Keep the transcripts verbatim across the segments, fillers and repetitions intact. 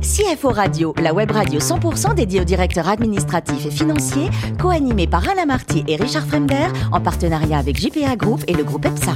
C F O Radio, la web radio cent pour cent dédiée aux directeurs administratifs et financiers, co-animée par Alain Marty et Richard Fremder, en partenariat avec J P A Group et le groupe EPSA.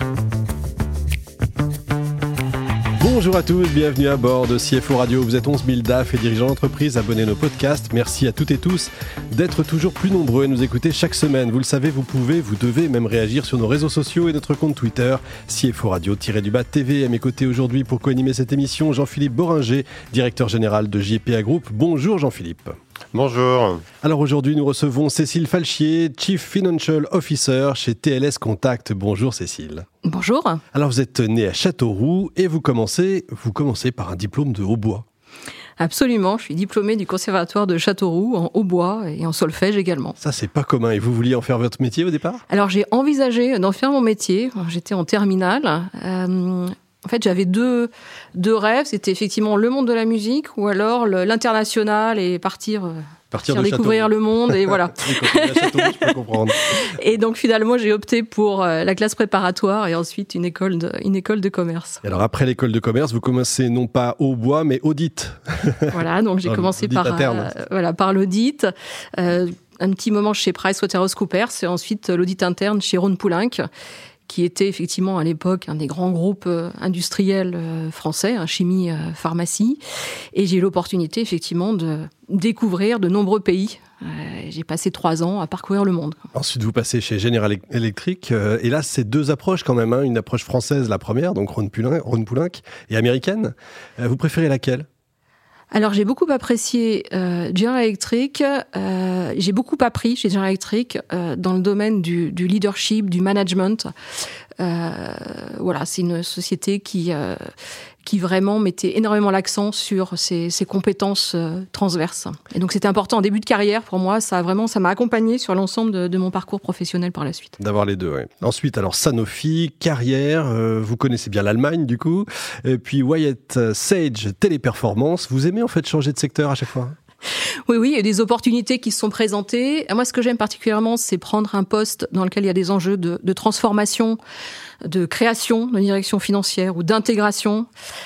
Bonjour à tous, bienvenue à bord de C F O Radio. Vous êtes onze mille D A F et dirigeants d'entreprise, abonnez nos podcasts. Merci à toutes et tous d'être toujours plus nombreux et nous écouter chaque semaine. Vous le savez, vous pouvez, vous devez même réagir sur nos réseaux sociaux et notre compte Twitter, C F O Radio-du-bas T V. À mes côtés aujourd'hui pour co-animer cette émission, Jean-Philippe Boringer, directeur général de J P A Group. Bonjour Jean-Philippe. Bonjour. Alors aujourd'hui, nous recevons Cécile Falchier, Chief Financial Officer chez T L S Contact. Bonjour Cécile. Bonjour. Alors vous êtes née à Châteauroux et vous commencez, vous commencez par un diplôme de hautbois. Absolument, je suis diplômée du conservatoire de Châteauroux en hautbois et en solfège également. Ça, c'est pas commun. Et vous vouliez en faire votre métier au départ ? Alors j'ai envisagé d'en faire mon métier. J'étais en terminale. Euh, en fait, j'avais deux, deux rêves. C'était effectivement le monde de la musique ou alors le, l'international et partir... Euh, Partir de découvrir Châteauroux. Le monde et voilà. Châteauroux, je peux comprendre. Et donc finalement j'ai opté pour la classe préparatoire et ensuite une école de, une école de commerce. Et alors après l'école de commerce, vous commencez non pas au bois mais audit. Voilà, donc j'ai commencé par, euh, voilà, par l'audit. Euh, un petit moment chez PricewaterhouseCoopers et ensuite l'audit interne chez Rhône Poulenc, qui était effectivement à l'époque un des grands groupes industriels français, hein, chimie, euh, pharmacie. Et j'ai eu l'opportunité effectivement de découvrir de nombreux pays. Euh, j'ai passé trois ans à parcourir le monde. Ensuite, vous passez chez General Electric. Euh, et là, c'est deux approches quand même. Hein, une approche française, la première, donc Rhône Poulenc, Rhône Poulenc, et américaine. Euh, vous préférez laquelle ? Alors, j'ai beaucoup apprécié euh, General Electric. Euh, j'ai beaucoup appris chez General Electric euh, dans le domaine du, du leadership, du management. Euh, voilà, c'est une société qui euh, qui vraiment mettait énormément l'accent sur ses, ses compétences euh, transverses. Et donc, c'était important en début de carrière pour moi. Ça a vraiment, ça m'a accompagné sur l'ensemble de, de mon parcours professionnel par la suite. D'avoir les deux, oui. Ensuite, alors Sanofi, carrière. Euh, vous connaissez bien l'Allemagne, du coup. Et puis Wyatt Sage, téléperformance. Vous aimez en fait changer de secteur à chaque fois ? Oui, oui, il y a des opportunités qui se sont présentées. Moi, ce que j'aime particulièrement, c'est prendre un poste dans lequel il y a des enjeux de, de transformation, de création de direction financière ou d'intégration,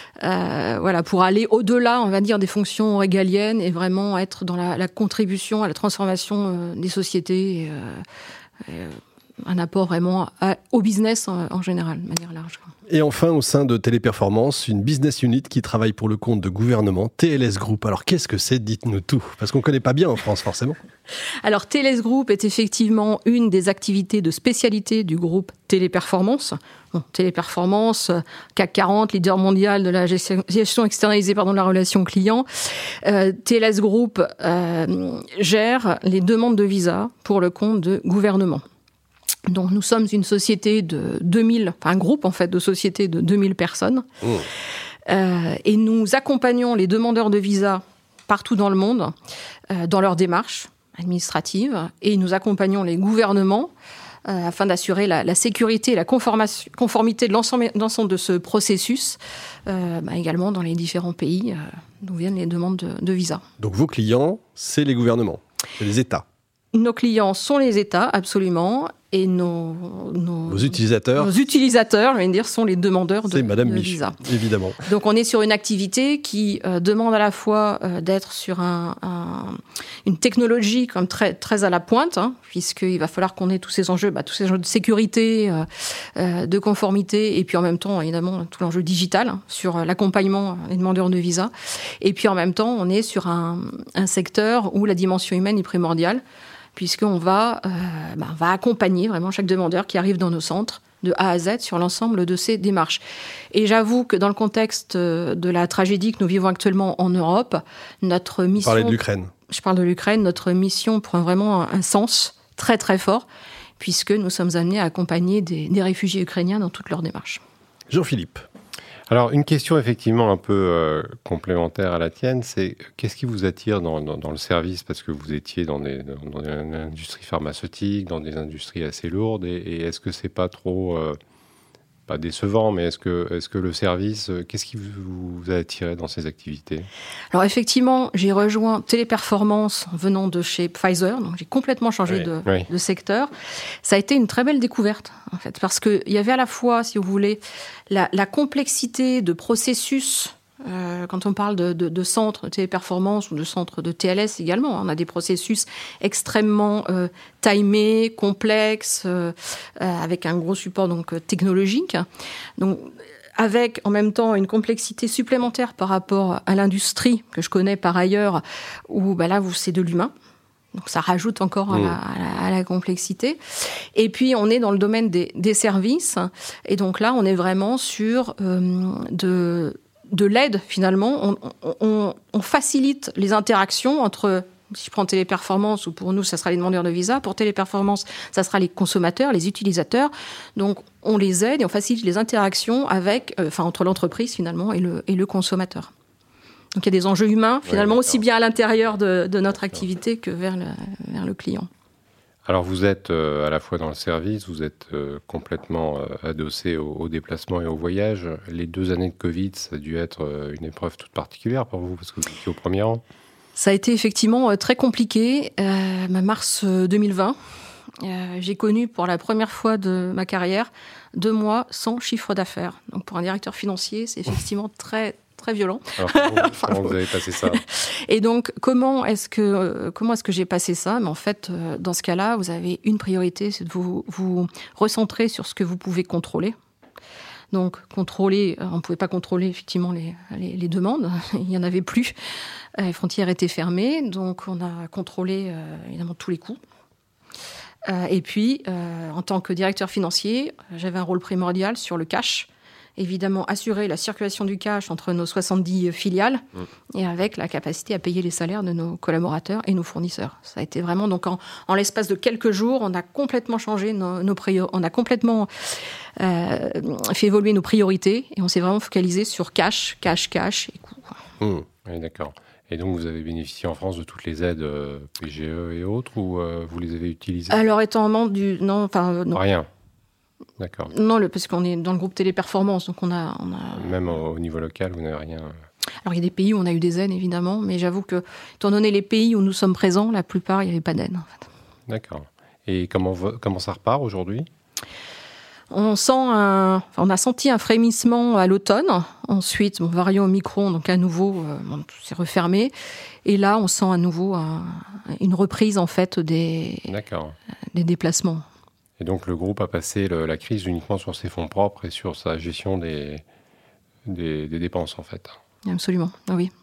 euh, voilà, pour aller au-delà, on va dire, des fonctions régaliennes et vraiment être dans la, la contribution à la transformation euh, des sociétés, et, euh, et, un apport vraiment à, au business en, en général, de manière large. Et enfin, au sein de Téléperformance, une business unit qui travaille pour le compte de gouvernement, T L S Group. Alors, qu'est-ce que c'est ? Dites-nous tout, parce qu'on ne connaît pas bien en France, forcément. Alors, T L S Group est effectivement une des activités de spécialité du groupe Téléperformance. Bon, Téléperformance, C A C quarante, leader mondial de la gestion, gestion externalisée pardon, de la relation client. Euh, T L S Group euh, gère les demandes de visa pour le compte de gouvernement. Donc, nous sommes une société de deux mille, enfin un groupe en fait de sociétés de deux mille personnes. Mmh. Euh, et nous accompagnons les demandeurs de visa partout dans le monde euh, dans leurs démarches administratives et nous accompagnons les gouvernements euh, afin d'assurer la, la sécurité et la conformité de l'ensemble, l'ensemble de ce processus, euh, bah, également dans les différents pays euh, d'où viennent les demandes de, de visa. Donc, vos clients, c'est les gouvernements, c'est les États. Nos clients sont les États, absolument. Et nos, nos, nos utilisateurs, nos utilisateurs, je vais dire, sont les demandeurs de, c'est Madame de Mich, visa. Évidemment. Donc on est sur une activité qui euh, demande à la fois euh, d'être sur un, un, une technologie comme très très à la pointe, hein, puisqu'il va falloir qu'on ait tous ces enjeux, bah, tous ces enjeux de sécurité, euh, euh, de conformité, et puis en même temps évidemment tout l'enjeu digital hein, sur l'accompagnement des demandeurs de visa. Et puis en même temps on est sur un, un secteur où la dimension humaine est primordiale, puisqu'on va, euh, bah, on va accompagner vraiment chaque demandeur qui arrive dans nos centres de A à Z sur l'ensemble de ces démarches. Et j'avoue que dans le contexte de la tragédie que nous vivons actuellement en Europe, notre mission... Vous parlez de l'Ukraine. Je parle de l'Ukraine. Notre mission prend vraiment un sens très très fort, puisque nous sommes amenés à accompagner des, des réfugiés ukrainiens dans toutes leurs démarches. Jean-Philippe. Alors, une question effectivement un peu euh, complémentaire à la tienne, c'est qu'est-ce qui vous attire dans, dans, dans le service ? Parce que vous étiez dans, des, dans, dans une industrie pharmaceutique, dans des industries assez lourdes, et, et est-ce que c'est pas trop, euh, pas décevant, mais est-ce que, est-ce que le service, qu'est-ce qui vous, vous a attiré dans ces activités ? Alors effectivement, j'ai rejoint Téléperformance venant de chez Pfizer, donc j'ai complètement changé oui, de, oui. de secteur. Ça a été une très belle découverte, en fait, parce qu'il y avait à la fois, si vous voulez, la, la complexité de processus Euh, quand on parle de, de, de centres de téléperformance ou de centres de T L S également, on a des processus extrêmement euh, timés, complexes, euh, euh, avec un gros support donc, technologique. Donc, avec en même temps une complexité supplémentaire par rapport à l'industrie que je connais par ailleurs, où bah là, c'est de l'humain. Donc ça rajoute encore mmh. à, la, à, la, à la complexité. Et puis on est dans le domaine des, des services. Et donc là, on est vraiment sur euh, de, de l'aide finalement. On, on, on facilite les interactions entre, si je prends Téléperformance, ou pour nous, ça sera les demandeurs de visa. Pour Téléperformance, ça sera les consommateurs, les utilisateurs. Donc on les aide et on facilite les interactions avec, euh, enfin entre l'entreprise finalement et le, et le consommateur. Donc il y a des enjeux humains, finalement, ouais, aussi bien à l'intérieur de, de notre activité que vers le, vers le client. Alors vous êtes euh, à la fois dans le service, vous êtes euh, complètement euh, adossé au, au déplacement et au voyage. Les deux années de Covid, ça a dû être euh, une épreuve toute particulière pour vous, parce que vous étiez au premier rang. Ça a été effectivement euh, très compliqué. Euh, mars deux mille vingt, euh, j'ai connu pour la première fois de ma carrière deux mois sans chiffre d'affaires. Donc pour un directeur financier, c'est effectivement très... très violent. Alors, comment, enfin, comment vous avez passé ça ? Et donc, comment est-ce que, euh, comment est-ce que j'ai passé ça ? Mais en fait, euh, dans ce cas-là, vous avez une priorité, c'est de vous, vous recentrer sur ce que vous pouvez contrôler. Donc, contrôler, euh, on ne pouvait pas contrôler effectivement les, les, les demandes, il n'y en avait plus. Euh, les frontières étaient fermées, donc on a contrôlé euh, évidemment tous les coûts. Euh, et puis, euh, en tant que directeur financier, j'avais un rôle primordial sur le cash. Évidemment, assurer la circulation du cash entre nos soixante-dix filiales mmh. et avec la capacité à payer les salaires de nos collaborateurs et nos fournisseurs. Ça a été vraiment, donc en, en l'espace de quelques jours, on a complètement changé nos, nos priorités, on a complètement euh, fait évoluer nos priorités et on s'est vraiment focalisé sur cash, cash, cash et coûts. Mmh. Oui, d'accord. Et donc, vous avez bénéficié en France de toutes les aides euh, P G E et autres, ou euh, vous les avez utilisées ? Alors, étant membre du... Non, enfin, non. Rien. D'accord. Non, le, parce qu'on est dans le groupe Téléperformance, donc on a... On a... Même au, au niveau local, vous n'avez rien... Alors, il y a des pays où on a eu des aides, évidemment, mais j'avoue que, étant donné les pays où nous sommes présents, la plupart, il n'y avait pas d'aide, en fait. D'accord. Et comment, comment ça repart aujourd'hui ? On sent un, enfin, on a senti un frémissement à l'automne. Ensuite, bon, variant Omicron, donc à nouveau, euh, bon, tout s'est refermé. Et là, on sent à nouveau un, une reprise, en fait, des, D'accord. des déplacements. Et donc, le groupe a passé le, la crise uniquement sur ses fonds propres et sur sa gestion des, des, des dépenses, en fait. Absolument, oui.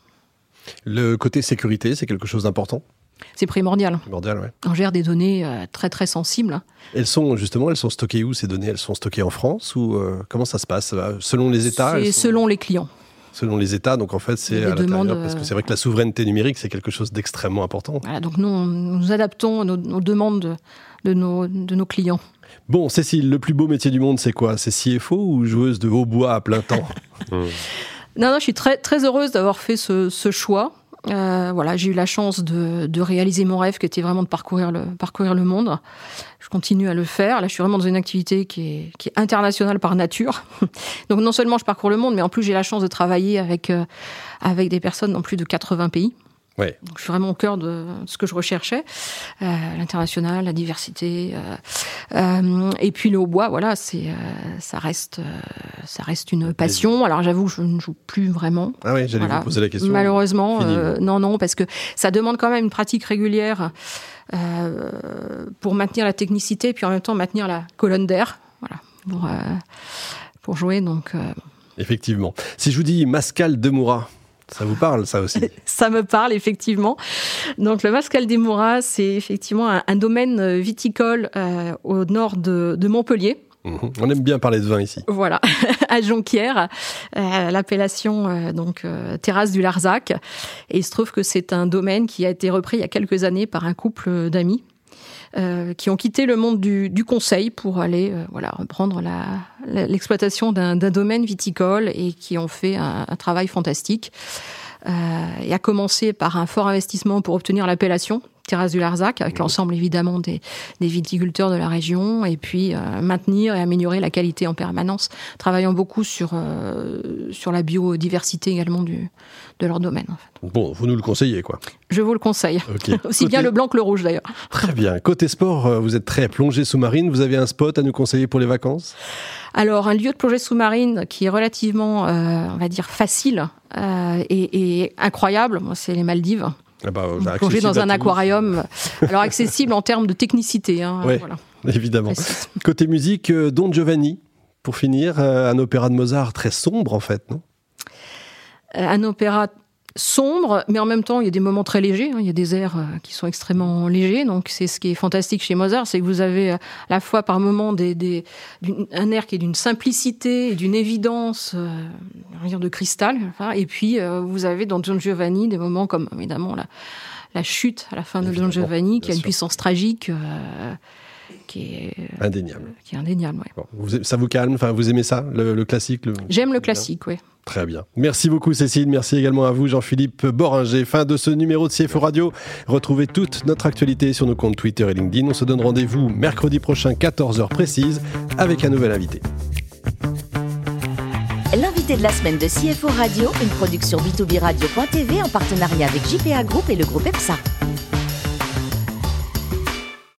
Le côté sécurité, c'est quelque chose d'important ? C'est primordial. Primordial, ouais. On gère des données euh, très, très sensibles. Elles sont, justement, elles sont stockées où, ces données ? Elles sont stockées en France ou euh, comment ça se passe ? Selon les États ? C'est sont... selon les clients. Selon les États, donc en fait, c'est à l'intérieur, demandes, parce que c'est vrai que la souveraineté numérique, c'est quelque chose d'extrêmement important. Voilà, donc nous, on, nous adaptons nos, nos demandes de, de, nos, de nos clients. Bon, Cécile, le plus beau métier du monde, c'est quoi ? C'est C F O ou joueuse de hautbois à plein temps ? Non, non, je suis très, très heureuse d'avoir fait ce, ce choix. Euh, voilà, j'ai eu la chance de, de réaliser mon rêve, qui était vraiment de parcourir le, parcourir le monde. Je continue à le faire. Là, je suis vraiment dans une activité qui est, qui est internationale par nature. Donc, non seulement je parcours le monde, mais en plus, j'ai la chance de travailler avec, euh, avec des personnes dans plus de quatre-vingts pays. Ouais. Donc, je suis vraiment au cœur de ce que je recherchais, euh, l'international, la diversité, euh, euh, et puis le hautbois. Voilà, c'est, euh, ça reste, euh, ça reste une passion. Alors j'avoue, je ne joue plus vraiment. Ah oui, j'allais voilà. vous poser la question. Malheureusement, euh, non, non, parce que ça demande quand même une pratique régulière euh, pour maintenir la technicité, et puis en même temps maintenir la colonne d'air. Voilà, pour euh, pour jouer. Donc. Euh, Effectivement. Si je vous dis Mascal de Moura. Ça vous parle, ça aussi ? Ça me parle, effectivement. Donc, le Mascal des Mouras, c'est effectivement un, un domaine viticole euh, au nord de, de Montpellier. Mmh. On aime bien parler de vin ici. Voilà, à Jonquière, euh, l'appellation euh, donc euh, Terrasse du Larzac. Et il se trouve que c'est un domaine qui a été repris il y a quelques années par un couple d'amis. Euh, qui ont quitté le monde du, du conseil pour aller euh, voilà, reprendre la, la, l'exploitation d'un, d'un domaine viticole et qui ont fait un, un travail fantastique. Euh, et a commencé par un fort investissement pour obtenir l'appellation, terrasse du Larzac, avec l'ensemble évidemment des, des viticulteurs de la région, et puis euh, maintenir et améliorer la qualité en permanence, travaillant beaucoup sur, euh, sur la biodiversité également du, de leur domaine. En fait. Bon, vous nous le conseillez, quoi. Je vous le conseille. Okay. Aussi Côté... bien le blanc que le rouge, d'ailleurs. Très bien. Côté sport, vous êtes très plongée sous-marine. Vous avez un spot à nous conseiller pour les vacances ? Alors, un lieu de plongée sous-marine qui est relativement, euh, on va dire, facile euh, et, et incroyable, moi, c'est les Maldives. Ah bah, plonger dans un aquarium, alors accessible en termes de technicité. Hein, oui, voilà. Évidemment. Précis. Côté musique, euh, Don Giovanni, pour finir, euh, un opéra de Mozart très sombre, en fait, non ? euh, Un opéra sombre, mais en même temps, il y a des moments très légers. Hein, il y a des airs euh, qui sont extrêmement légers. Donc, c'est ce qui est fantastique chez Mozart, c'est que vous avez à la fois par moments des, des, un air qui est d'une simplicité et d'une évidence, euh, rien de cristal. Enfin, et puis, euh, vous avez dans Don Giovanni des moments comme, évidemment, la, la chute à la fin de Don Giovanni, qui a une sûr. puissance tragique euh, qui est euh, indéniable. Qui est indéniable, ouais. Bon, vous, ça vous calme, enfin, vous aimez ça, le, le classique le... J'aime le classique, oui. Très bien. Merci beaucoup Cécile, merci également à vous Jean-Philippe Boringer. Fin de ce numéro de C F O Radio. Retrouvez toute notre actualité sur nos comptes Twitter et LinkedIn. On se donne rendez-vous mercredi prochain, quatorze heures précise, avec un nouvel invité. L'invité de la semaine de C F O Radio, une production b deux b radio point t v en partenariat avec J P A Group et le groupe EPSA.